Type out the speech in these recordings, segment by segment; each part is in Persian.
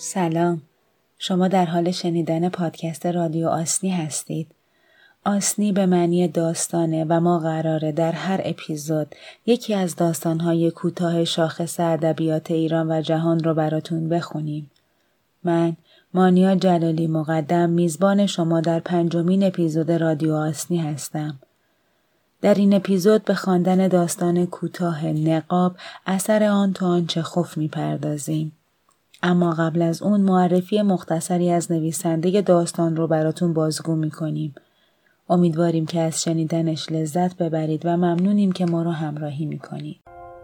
سلام، شما در حال شنیدن پادکست رادیو آسنی هستید. آسنی به معنی داستانه و ما قراره در هر اپیزود یکی از داستانهای کوتاه شاخص ادبیات ایران و جهان رو براتون بخونیم. من مانیا جلالی مقدم میزبان شما در 5مین اپیزود رادیو آسنی هستم. در این اپیزود به خواندن داستان کوتاه نقاب اثر آنتوان چخوف میپردازیم. اما قبل از اون معرفی مختصری از نویسنده داستان رو براتون بازگو میکنیم. امیدواریم که از شنیدنش لذت ببرید و ممنونیم که ما رو همراهی میکنید.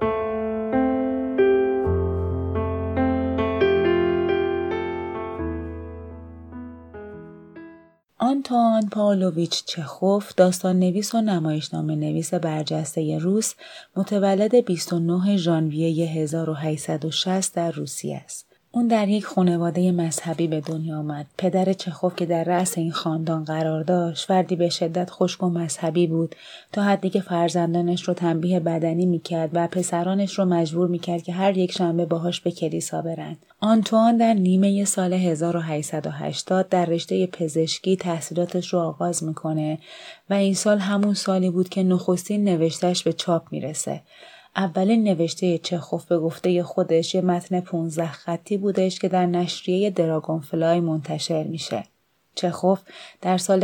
آنتوان پاولویچ چخوف داستان نویس و نمایشنامه نویس برجسته روس متولد 29 ژانویه 1860 در روسیه است. اون در یک خانواده مذهبی به دنیا آمد. پدر چخوف که در رأس این خاندان قرار داشت فردی به شدت خشک و مذهبی بود تا حدی که فرزندانش رو تنبیه بدنی میکرد و پسرانش رو مجبور میکرد که هر یک شنبه باهاش به کلیسا برن. آنتوان در نیمه سال 1880 در رشته پزشکی تحصیلاتش رو آغاز میکنه و این سال همون سالی بود که نخستین نوشتهش به چاپ میرسه. اولین نوشته چخوف به گفته خودش یه متن 15 خطی بودش که در نشریه دراگونفلای منتشر میشه. چخوف در سال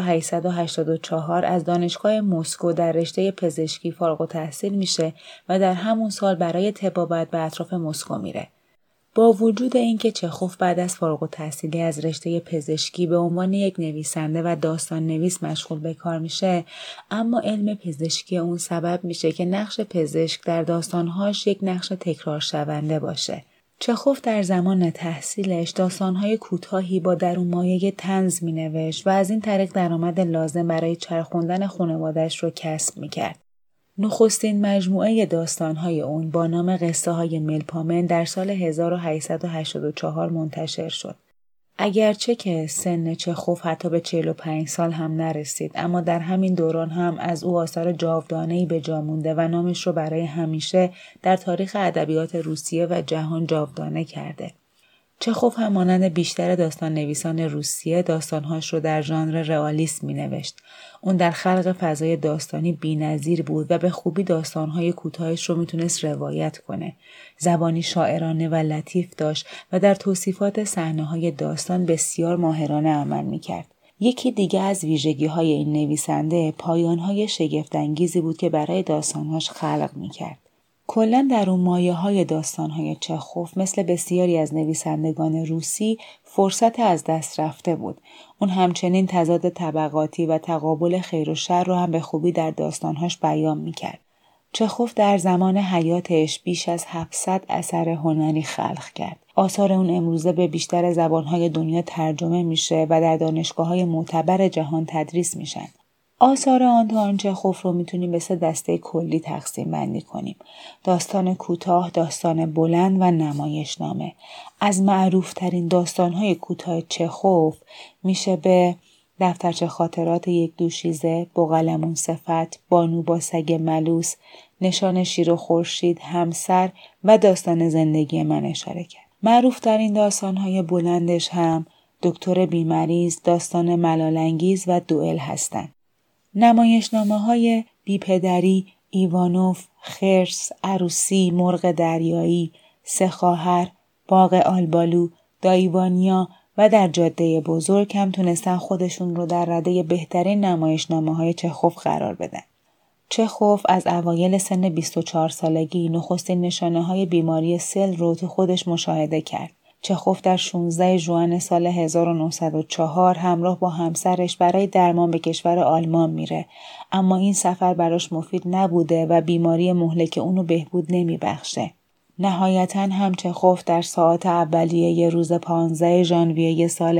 1884 از دانشگاه مسکو در رشته پزشکی فارغ التحصیل میشه و در همون سال برای طبابت به اطراف مسکو میره. با وجود اینکه چخوف بعد از فارغ التحصیلی از رشته پزشکی به عنوان یک نویسنده و داستان نویس مشغول به کار میشه، اما علم پزشکی اون سبب میشه که نقش پزشک در داستانهاش یک نقش تکرار شونده باشه. چخوف در زمان تحصیلش داستانهای کوتاهی با درونمایه طنز مینوشت و از این طریق درآمد لازم برای چرخوندن خانواده‌اش رو کسب میکرد. نخستین مجموعه داستان‌های اون با نام قصه‌های ملپامن در سال 1884 منتشر شد. اگرچه که سن چخوف حتی به 45 سال هم نرسید، اما در همین دوران هم از او آثار جاودانه‌ای به جا مونده و نامش رو برای همیشه در تاریخ ادبیات روسیه و جهان جاودانه کرده. چخوف هم مانند بیشتر داستان نویسان روسیه داستانهاش رو در ژانر رئالیسم می‌نوشت. اون در خلق فضای داستانی بی‌نظیر بود و به خوبی داستانهای کوتاهش رو میتونست روایت کنه. زبانی شاعرانه و لطیف داشت و در توصیفات صحنه‌های داستان بسیار ماهرانه عمل می‌کرد. یکی دیگه از ویژگی‌های این نویسنده پایان‌های شگفت‌انگیزی بود که برای داستانهاش خلق می‌کرد. کلاً در اون مایه‌های داستان‌های چخوف مثل بسیاری از نویسندگان روسی فرصت از دست رفته بود. اون همچنین تضاد طبقاتی و تقابل خیر و شر رو هم به خوبی در داستان‌هاش بیان می‌کرد. چخوف در زمان حیاتش بیش از 700 اثر هنری خلق کرد. آثار اون امروزه به بیشتر زبان‌های دنیا ترجمه میشه و در دانشگاه‌های معتبر جهان تدریس میشن. آثار آنتوان چخوف رو میتونیم به 3 دسته کلی تقسیم بندی کنیم. داستان کوتاه، داستان بلند و نمایشنامه. از معروفترین داستان‌های کوتاه چخوف میشه به دفترچه خاطرات یک دوشیزه، بوقلمون صفت، بانو با سگ ملوس، نشان شیر و خورشید، همسر و داستان زندگی من اشاره کرد. معروفترین داستان‌های بلندش هم دکتر بیمریض، داستان ملال‌انگیز و دوئل هستند. نمایشنامه‌های بی‌پدری، ایوانوف، خرس، عروسی، مرغ دریایی، 3 خواهر، باغ آلبالو، دایوانیا و در جاده بزرگ هم تونستن خودشون رو در رده بهترین نمایشنامه‌های چخوف قرار بدن. چخوف از اوایل سن 24 سالگی نخستین نشانه‌های بیماری سل رو تو خودش مشاهده کرد. چخوف در 16 ژوئن سال 1904 همراه با همسرش برای درمان به کشور آلمان میره، اما این سفر براش مفید نبوده و بیماری مهلک اونو بهبود نمیبخشه. نهایتاً هم چخوف در ساعات اولیه روز 15 ژانویه سال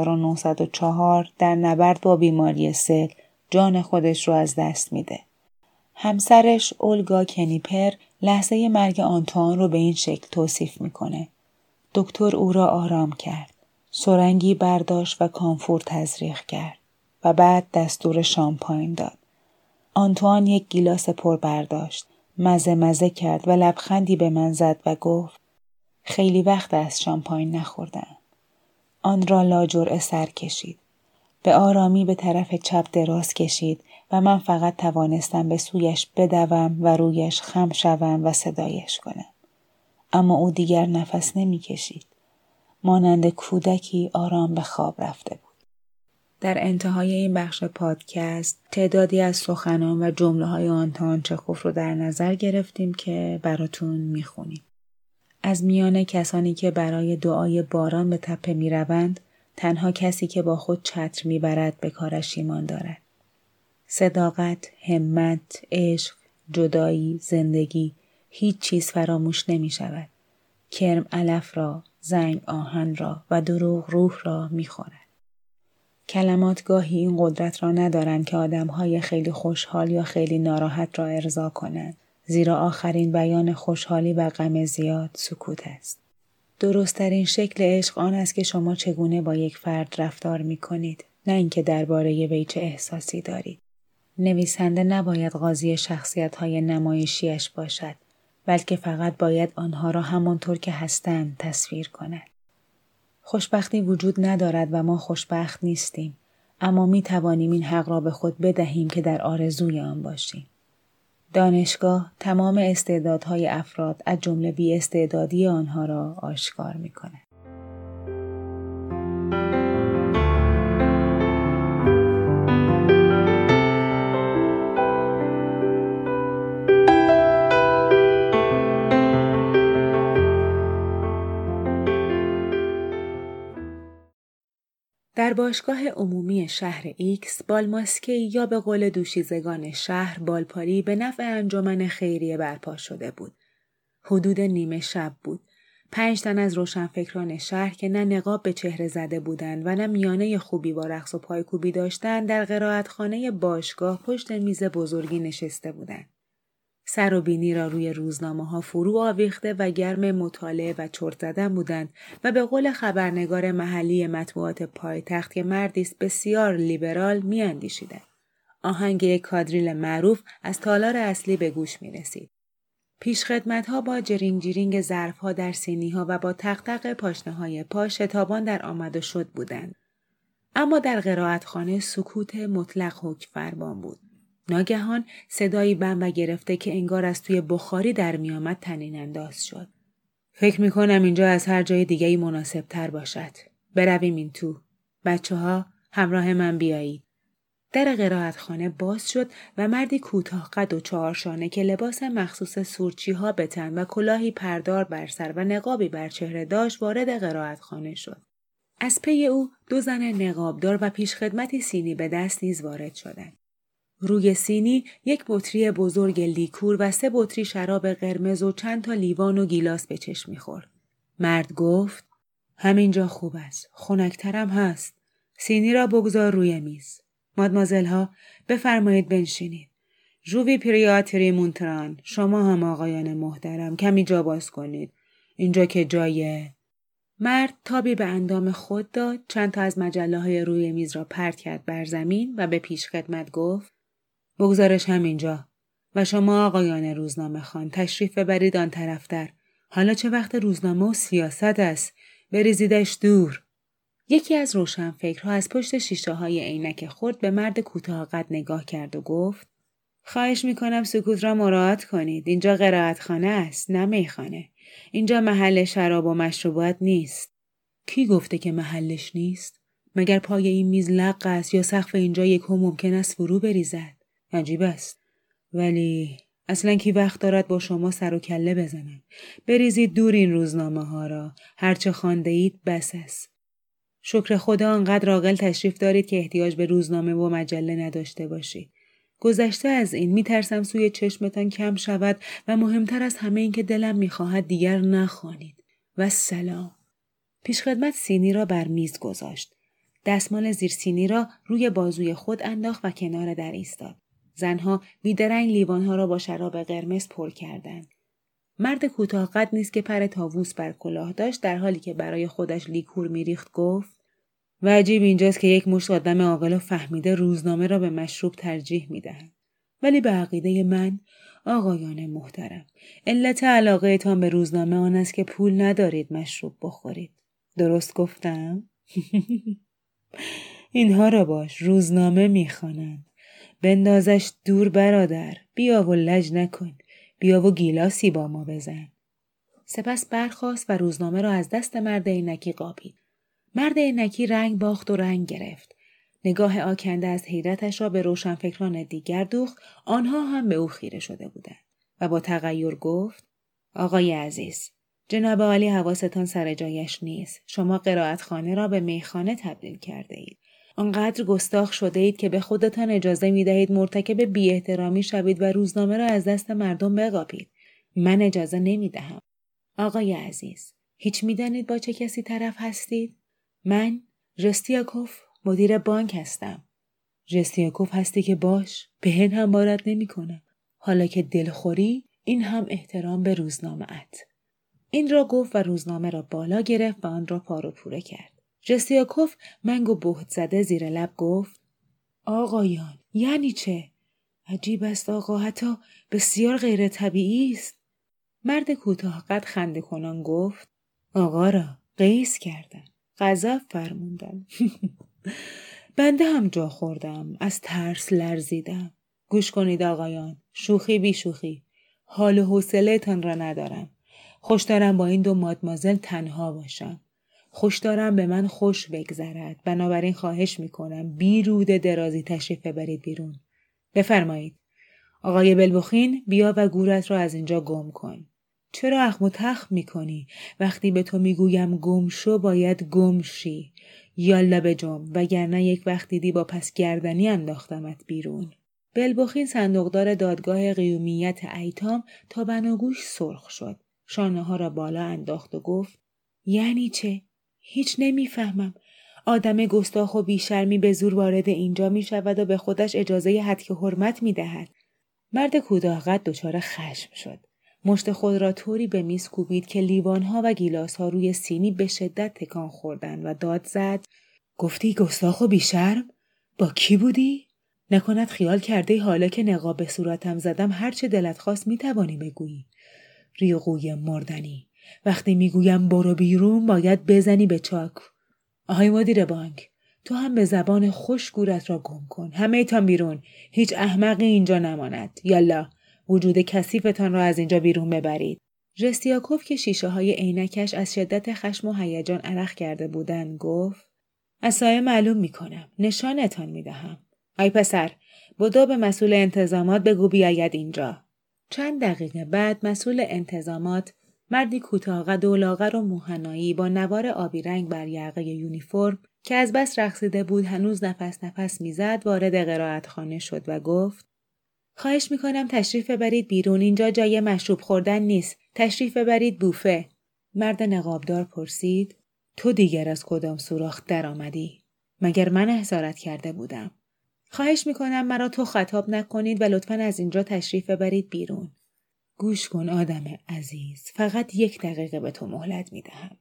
1904 در نبرد با بیماری سل جان خودش رو از دست میده. همسرش اولگا کنیپر لحظه مرگ آنتوان رو به این شکل توصیف میکنه: دکتر او را آرام کرد. سرنگی برداشت و کامفور تزریق کرد و بعد دستور شامپاین داد. آنتوان یک گیلاس پر برداشت. مزه کرد و لبخندی به من زد و گفت: خیلی وقت از شامپاین نخوردم. آن را لاجرعه سر کشید. به آرامی به طرف چپ دراز کشید و من فقط توانستم به سویش بدوم و رویش خم شوم و صدایش کنم. اما او دیگر نفس نمی کشید. مانند کودکی آرام به خواب رفته بود. در انتهای این بخش پادکست تعدادی از سخنان و جمله‌های آنتون چخوف رو در نظر گرفتیم که براتون میخونیم. از میان کسانی که برای دعای باران به تپه میروند، تنها کسی که با خود چتر میبرد به کارش ایمان دارد. صداقت، همت، عشق، جدایی، زندگی، هیچ چیز فراموش نمی شود. کرم علف را، زنگ آهن را و دروغ روح را می خورد. کلمات گاهی این قدرت را ندارند که آدمهای خیلی خوشحال یا خیلی ناراحت را ارضا کنند. زیرا آخرین بیان خوشحالی و غم زیاد سکوت است. درست‌ترین شکل عشق آن است که شما چگونه با یک فرد رفتار می کنید، نه اینکه درباره وی چه احساسی دارید. نویسنده نباید قاضی شخصیت‌های نمایشیش باشد، بلکه فقط باید آنها را همانطور که هستند تصویر کند. خوشبختی وجود ندارد و ما خوشبخت نیستیم، اما می توانیم این حق را به خود بدهیم که در آرزوی آن باشیم. دانشگاه تمام استعدادهای افراد از جمله بی استعدادی آنها را آشکار می کند. در باشگاه عمومی شهر ایکس، بالماسکی یا به قول دوشیزگان شهر بالپاری به نفع انجمن خیریه برپا شده بود. حدود نیمه شب بود. 5 تن از روشنفکران شهر که نه نقاب به چهره زده بودند و نه میانه خوبی با رقص و پایکوبی داشتند در قرائتخانه باشگاه پشت میز بزرگی نشسته بودند. سر و بینی را روی روزنامه‌ها فرو آویخته و گرم مطالعه و چرت زدن بودند و به قول خبرنگار محلی مطبوعات پایتخت که مردی است بسیار لیبرال می‌اندیشیدند. آهنگ یک کادریل معروف از تالار اصلی به گوش می‌رسید. پیشخدمت‌ها با جرینگ جرینگ ظرف‌ها در سینی‌ها و با تق پاشنه‌های پا شتابان در آمد و شد بودند. اما در قرائتخانه سکوت مطلق حکم فرمان بود. ناگهان صدایی بم و گرفته که انگار از توی بخاری در میامد طنین انداز شد. فکر میکنم اینجا از هر جای دیگه‌ای مناسب تر باشد. برویم این تو. بچه‌ها همراه من بیایید. در قرائتخانه باز شد و مردی کوتاه قد و 4 شانه که لباس مخصوص سورچی‌ها به تن و کلاهی پردار بر سر و نقابی بر چهره داشت وارد قرائتخانه شد. از پی او 2 زن نقابدار و پیشخدمتی سینی به دست نیز وارد شدند. روی سینی 1 بطری بزرگ لیکور و 3 بطری شراب قرمز و چند تا لیوان و گیلاس به چشم می‌خورد. مرد گفت: همینجا خوب است. خنک‌ترم هست. سینی را بگذار روی میز. مادمازل‌ها بفرمایید بنشینید. ژووی پریاتری مونتران، شما هم آقایان محترم کمی جا باز کنید. اینجا که جای... مرد تابی به اندام خود داد، چند تا از مجله‌های روی میز را پرت کرد بر زمین و به پیشخدمت گفت: بگذارش همینجا. و شما آقایان روزنامه خوان تشریف ببرید آن طرفتر. حالا چه وقت روزنامه و سیاست است؟ بریزیدش دور. یکی از روشنفکرها از پشت شیشه‌های عینک خرد به مرد کوتاه قد نگاه کرد و گفت: خواهش میکنم سکوت را مراعات کنید. اینجا قرائتخانه است، نه میخانه. اینجا محل شراب و مشروبات نیست. کی گفته که محلش نیست؟ مگر پای این میز لق است یا سقف اینجا یکو ممکن است فرو بریزد؟ عجیب است. ولی اصلا کی وقت دارد با شما سر و کله بزنم؟ بریزید دور این روزنامه ها را. هرچه خوانده اید بس است. شکر خدا آنقدر عاقل تشریف دارید که احتیاج به روزنامه و مجله نداشته باشید. گذشته از این میترسم سوی چشمتان کم شود و مهمتر از همه این که دلم میخواهد دیگر نخوانید. و سلام. پیشخدمت سینی را بر میز گذاشت. دستمال زیر سینی را روی بازوی خود انداخت و کنار در ایستاد. زنها بیدرنگ لیوانها را با شراب قرمز پر کردند. مرد کوتاه قد نیست که پر طاووس بر کلاه داشت در حالی که برای خودش لیکور میریخت گفت: و عجیب اینجاست که یک مشت آدم عاقل و فهمیده روزنامه را به مشروب ترجیح میدهند. ولی به عقیده من آقایان محترم، علت علاقه تان به روزنامه آن است که پول ندارید مشروب بخورید. درست گفتم؟ اینها را باش، روزنامه میخوانند. بندازش دور برادر، بیا و لج نکن، بیا و گیلاسی با ما بزن. سپس برخاست و روزنامه را از دست مرد عینکی قاپید. مرد عینکی رنگ باخت و رنگ گرفت. نگاه آکنده از حیرتش را به روشنفکران دیگر دوخت، آنها هم به او خیره شده بودند و با تغییر گفت: آقای عزیز، جناب عالی حواستان سر جایش نیست. شما قرائتخانه را به میخانه تبدیل کرده اید. آنقدر گستاخ شده اید که به خودتان اجازه می دهید مرتکب بی احترامی شوید و روزنامه را از دست مردم بقاپید. من اجازه نمی دهم. آقای عزیز، هیچ می دانید با چه کسی طرف هستید؟ من ژستیاکوف، مدیر بانک هستم. ژستیاکوف هستی که باش، پهن هم بارت نمی کنم. حالا که دلخوری، این هم احترام به روزنامه ات. این را گفت و روزنامه را بالا گرفت و آن را پارو پوره کرد. ژستیاکوف منگ و بهت زده زیر لب گفت: آقایان، یعنی چه؟ عجیب است آقا، حتی بسیار غیر طبیعی است. مرد کوتاه قد خنده کنان گفت: آقا را قیس کردن، غضب فرموندن. بنده هم جا خوردم، از ترس لرزیدم. گوش کنید آقایان، شوخی بی شوخی، حال و حوصله تان را ندارم. خوش دارم با این دو مادمازل تنها باشم. خوش دارم به من خوش بگذرد. بنابراین خواهش میکنم بی رود درازی تشریف ببرید بیرون. بفرمایید. آقای بلبخین، بیا و گورت را از اینجا گم کن. چرا اخم و تخم میکنی؟ وقتی به تو میگویم گم شو باید گم شی. یالا بجنب، وگرنه یک وقت دیدی با پس گردنی انداختمت بیرون. بلبخین صندوقدار دادگاه قیومیت ایتام تا بناگوش سرخ شد. شانه ها را بالا انداخت و گفت: یعنی چه؟ هیچ نمیفهمم. آدم گستاخ و بیشرمی به زور وارد اینجا می شود و به خودش اجازه هتک حرمت می دهد. مرد کوتاه قد دچار خشم شد. مشت خود را طوری به میز کوبید که لیوان‌ها و گیلاس‌ها روی سینی به شدت تکان خوردند و داد زد: گفتی گستاخ و بیشرم؟ با کی بودی؟ نکند خیال کرده حالا که نقاب به صورتم زدم هر چه دلت خواست میتوانی بگویی. ریغوی مردنی. وقتی میگویم برو بیرون باید بزنی به چاک. آهای مدیر بانک، تو هم به زبان خوش گورت را گم کن. همه تان بیرون. هیچ احمقی اینجا نماند. یالا، وجود کثیفتان را از اینجا بیرون ببرید. ژستیاکوف که شیشه های عینکش از شدت خشم و هیجان عرق کرده بودند گفت: از سایه معلوم میکنم. نشانتان میدهم. ای پسر، بدو به مسئول انتظامات بگو بیاید اینجا. چند دقیقه بعد مسئول انتظامات، مردی کوتاه قد و لاغر و موهنایی با نوار آبی رنگ بر یقه یونیفرم که از بس رقصیده بود هنوز نفس میزد، وارد قرائتخانه شد و گفت: خواهش میکنم تشریف ببرید بیرون. اینجا جای مشروب خوردن نیست. تشریف ببرید بوفه. مرد نقابدار پرسید: تو دیگر از کدام سوراخ در آمدی؟ مگر من احضارت کرده بودم؟ خواهش میکنم مرا تو خطاب نکنید و لطفاً از اینجا تشریف ببرید بیرون. گوش کن آدم عزیز، فقط 1 دقیقه به تو مهلت میدهم.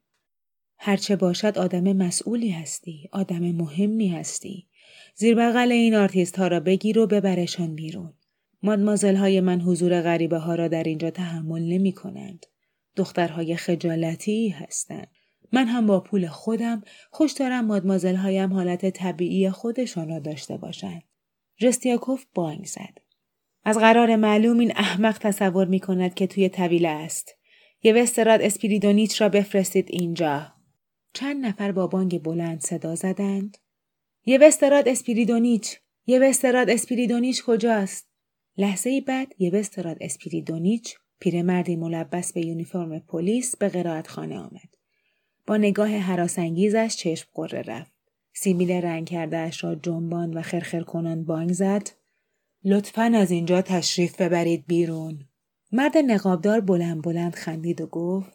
هرچه باشد آدم مسئولی هستی، آدم مهمی هستی. زیر بغل این آرتیست ها را بگیر و ببرشان بیرون. مادمازل های من حضور غریبه ها را در اینجا تحمل نمی کنند. دخترهای خجالتی هستند. من هم با پول خودم خوش دارم مادمازل هایم حالت طبیعی خودشان را داشته باشند. ژستیاکوف بانگ زد. از قرار معلوم این احمق تصور می کند که توی طویله است. یه وستراد اسپیریدونیچ را بفرستید اینجا. چند نفر با بانگ بلند صدا زدند: یه وستراد اسپیریدونیچ! یه وستراد اسپیریدونیچ کجاست؟ لحظه‌ای بعد یه وستراد اسپیریدونیچ، پیرمردی ملبس به یونیفرم پلیس، به قرائتخانه آمد. با نگاه هراس‌انگیزش چشم قره رفت. سیبیل رنگ کرده اش را جنباند و خرخر کنان بانگ زد: لطفاً از اینجا تشریف ببرید بیرون. مرد نقابدار بلند بلند خندید و گفت: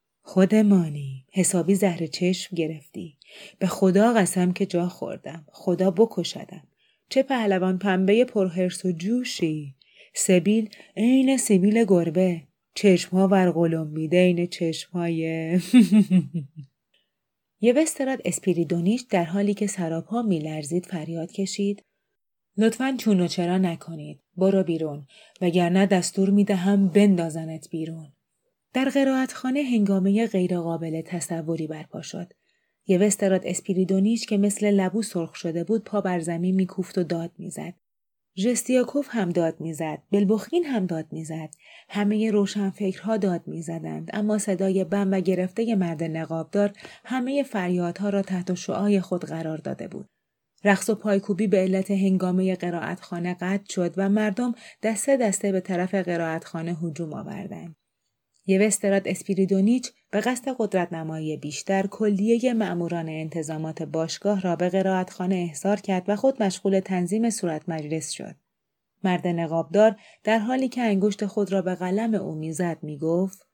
خودمانی، حسابی زهر چشم گرفتی. به خدا قسم که جا خوردم. خدا بکشدم. چه پهلوان پنبه پرهرس و جوشی. سبیل عین سبیل گربه. چشمها ورقلومیده عین چشمهای یه وستراد اسپیریدونیچ در حالی که سراپا می‌لرزید فریاد کشید: لطفاً چون و چرا نکنید. برو بیرون وگرنه دستور میدهم بندازنت بیرون. در قرائتخانه هنگامه غیرقابل تصوری برپا شد. یوسترات اسپیریدونیچ که مثل لبو سرخ شده بود پا بر زمین میکوفت و داد میزد. ژستیاکوف هم داد میزد، بلبوخین هم داد میزد. همه روشنفکرها داد میزدند، اما صدای بم و گرفته مرد نقابدار همه فریادها را تحت شعاع خود قرار داده بود. رقص و پایکوبی به علت هنگامه قرائتخانه قطع شد و مردم دسته دسته به طرف قرائتخانه هجوم آوردند. یوسترات اسپیریدونیچ به قصد قدرت نمایی بیشتر کلیه مأموران انتظامات باشگاه را به قرائتخانه احضار کرد و خود مشغول تنظیم صورت مجلس شد. مرد نقابدار در حالی که انگشت خود را به قلم او میزد میگفت: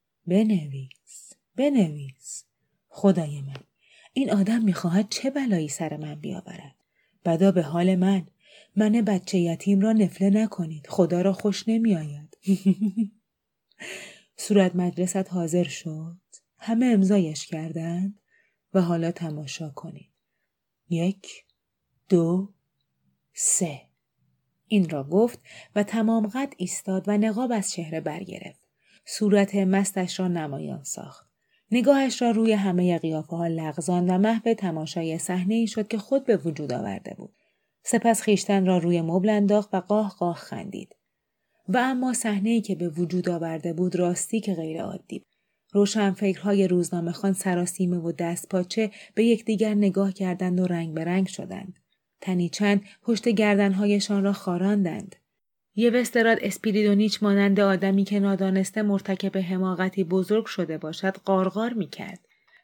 بنویس. خدای من، این آدم میخواهد چه بلایی سر من بیاورد؟ بدا به حال من بچه یتیم را نفله نکنید، خدا را خوش نمیآید. صورت مجلست حاضر شد. همه امضایش کردند و حالا تماشا کنید. 1، 2، 3. این را گفت و تمام قد ایستاد و نقاب از چهره برگرفت. صورت مستش را نمایان ساخت. نگاهش را روی همه قیافه ها لغزاند و محو تماشای صحنه ای شد که خود به وجود آورده بود. سپس خیشتن را روی مبل انداخت و قاه قاه خندید. و اما صحنه‌ای که به وجود آورده بود راستی که غیر عادی بود. روشنفکرهای روزنامه‌خوان سراسیمه و دست پاچه به یکدیگر نگاه کردند و رنگ به رنگ شدند. تنی چند پشت گردنهایشان را خاراندند. یوسترات اسپیریدونیچ مانند آدمی که نادانسته مرتکب حماقتی بزرگ شده باشد غارغار می‌کرد.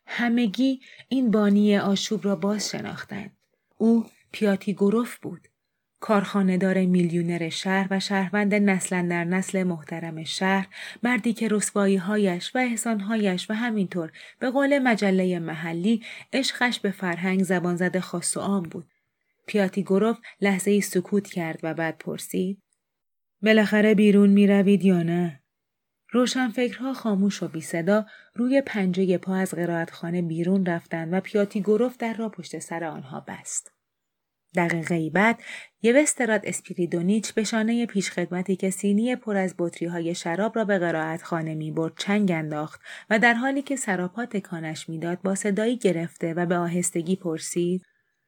همگی این بانی آشوب را باز شناختند. او پیاتیگوروف بود. کارخانه‌دار میلیونر شهر و شهروند نسل در نسل محترم شهر، مردی که رسوایی‌هایش و احسان‌هایش و همینطور به قول مجله محلی عشقش به فرهنگ زبان زده خاص و عام بود. پیاتیگوروف لحظه‌ای سکوت کرد و بعد پرسید: بالاخره بیرون می‌روید یا نه؟ روشنفکرها خاموش و بی صدا روی پنجه پا از قرائتخانه بیرون رفتند و پیاتیگوروف در را پشت سر آنها بست. دقیقه‌ای بعد یوسترات اسپیریدونیچ به شانه پیشخدمتی که سینی پر از بطری‌های شراب را به قرائتخانه می‌برد چنگ انداخت و در حالی که سراپا تکانش می‌داد با صدایی گرفته و به آهستگی پرسید: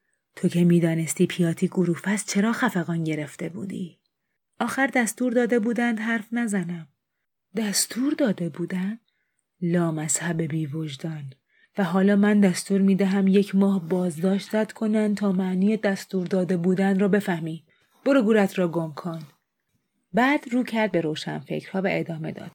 تو که می‌دانستی پیاتیگوروف است چرا خفقان گرفته بودی؟ آخر دستور داده بودند حرف نزنم. دستور داده بودند؟ لامذهب بی وجدان. و حالا من دستور میدهم 1 ماه بازداشتت کنند تا معنی دستور داده بودن را بفهمی. برو گورت را گم کن. بعد رو کرد به روشنفکرها و ادامه داد: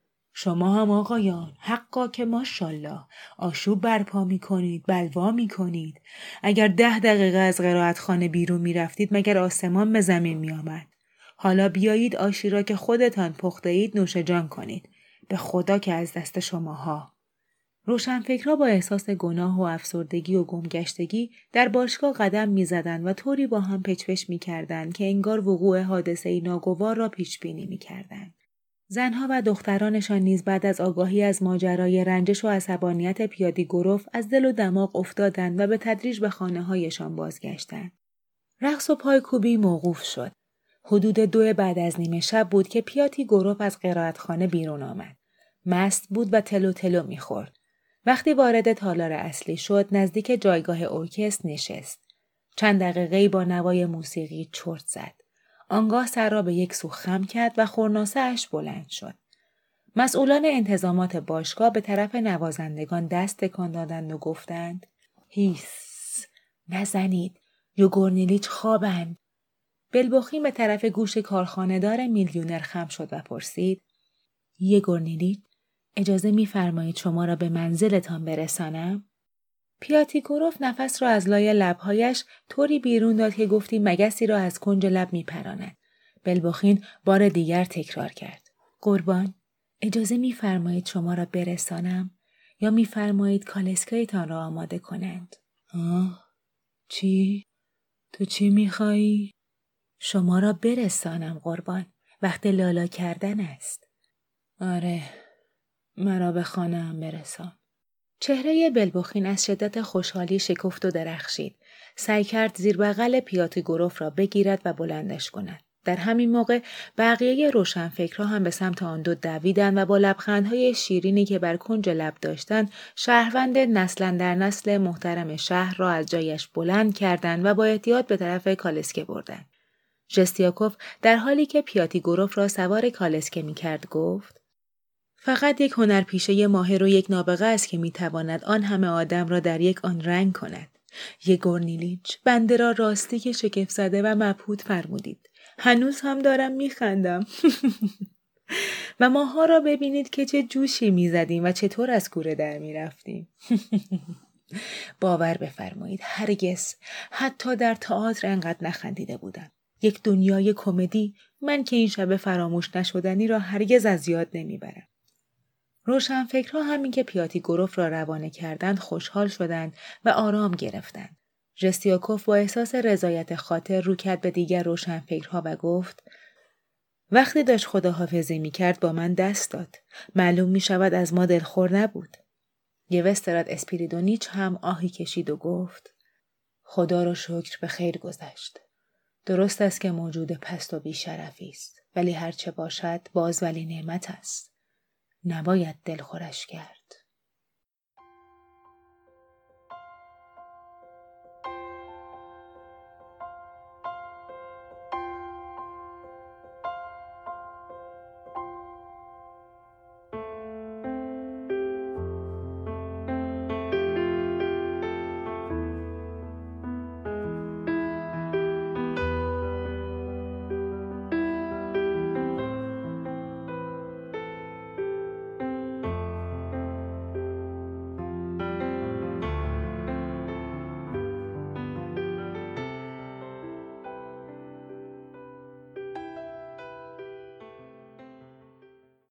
شما هم آقایان، حقا که ماشاءالله، آشوب برپا میکنید، بلوا میکنید. اگر 10 دقیقه از قرائتخانه بیرون میرفتید مگر آسمان به زمین میآمد؟ حالا بیایید آشی را که خودتان پخته اید نوش جان کنید. به خدا که از دست شماها. روشنفکرها با احساس گناه و افسردگی و گمگشتگی در باشگاه قدم می‌زدند و طوری با هم پچ‌پچ می‌کردند که انگار وقوع حادثه‌ای ناگوار را پیش‌بینی می‌کردند. زنها و دخترانشان نیز بعد از آگاهی از ماجرای رنجش و عصبانیت پیاتیگوروف از دل و دماغ افتادند و به تدریج به خانه‌هایشان بازگشتند. رقص و پایکوبی موقوف شد. حدود 2 بعد از نیم شب بود که پیاتیگوروف از قرائتخانه بیرون آمد. مست بود و تلو تلو می‌خورد. وقتی وارد تالار اصلی شد نزدیک جایگاه ارکستر نشست. چند دقیقه‌ای با نوای موسیقی چرت زد. آنگاه سر را به یک سو خم کرد و خرناسه اش بلند شد. مسئولان انتظامات باشگاه به طرف نوازندگان دست تکان دادند و گفتند: هیس، نزنید، یوگورنیلیچ خوابند. بلبوخین به طرف گوش کارخانه‌دار میلیونر خم شد و پرسید: یگورنیلیچ، اجازه می‌فرمایید شما را به منزلتان برسانم؟ پیاتیگوروف نفس را از لای لب‌هایش طوری بیرون داد که گفتی مگسی را از کنج لب می‌پراند. بلبوخین بار دیگر تکرار کرد: قربان، اجازه می‌فرمایید شما را برسانم یا می‌فرمایید کالسکایتان را آماده کنند؟ چی؟ تو چی می‌خوایی؟ شما را برسانم قربان، وقت لالا کردن است. آره، مرا به خانه‌ام برسان. چهره بلبخین از شدت خوشحالی شکفت و درخشید. سعی کرد زیر بغل پیاتیگوروف را بگیرد و بلندش کند. در همین موقع بقیه روشنفکرها هم به سمت آن دو دویدند و با لبخندهای شیرینی که بر کنج لب داشتند شهروند نسلا در نسل محترم شهر را از جایش بلند کردند و با احتیاط به طرف کالسکه بردند. ژستیاکوف در حالی که پیاتیگوروف را سوار کالسکه می‌کرد گفت: فقط یک هنرپیشه ماهر و یک نابغه است که می‌تواند آن همه آدم را در یک آن رنگ کند. یگور نیلیچ، بنده را راستی که شگفت زده و مبهوت فرمودید. هنوز هم دارم میخندم. و ماها را ببینید که چه جوشی میزدیم و چطور از کوره در میرفتیم. باور بفرمایید هرگز حتی در تئاتر انقدر نخندیده بودم. یک دنیای کمدی، من که این شب فراموش نشدنی را هرگز از یاد نمیبرم. روشنفکرها همین که پیاتیگوروف را روانه کردند خوشحال شدند و آرام گرفتند. ژستیاکوف با احساس رضایت خاطر رو کرد به دیگر روشنفکرها و گفت: وقتی داشت خداحافظی می‌کرد با من دست داد. معلوم می‌شود از ما دلخور نبود. یوسترات اسپیریدونیچ هم آهی کشید و گفت: خدا را شکر به خیر گذشت. درست است که موجود پست و بی‌شرفی است، ولی هر چه باشد باز ولی نعمت است. نباید دلخورش کرد.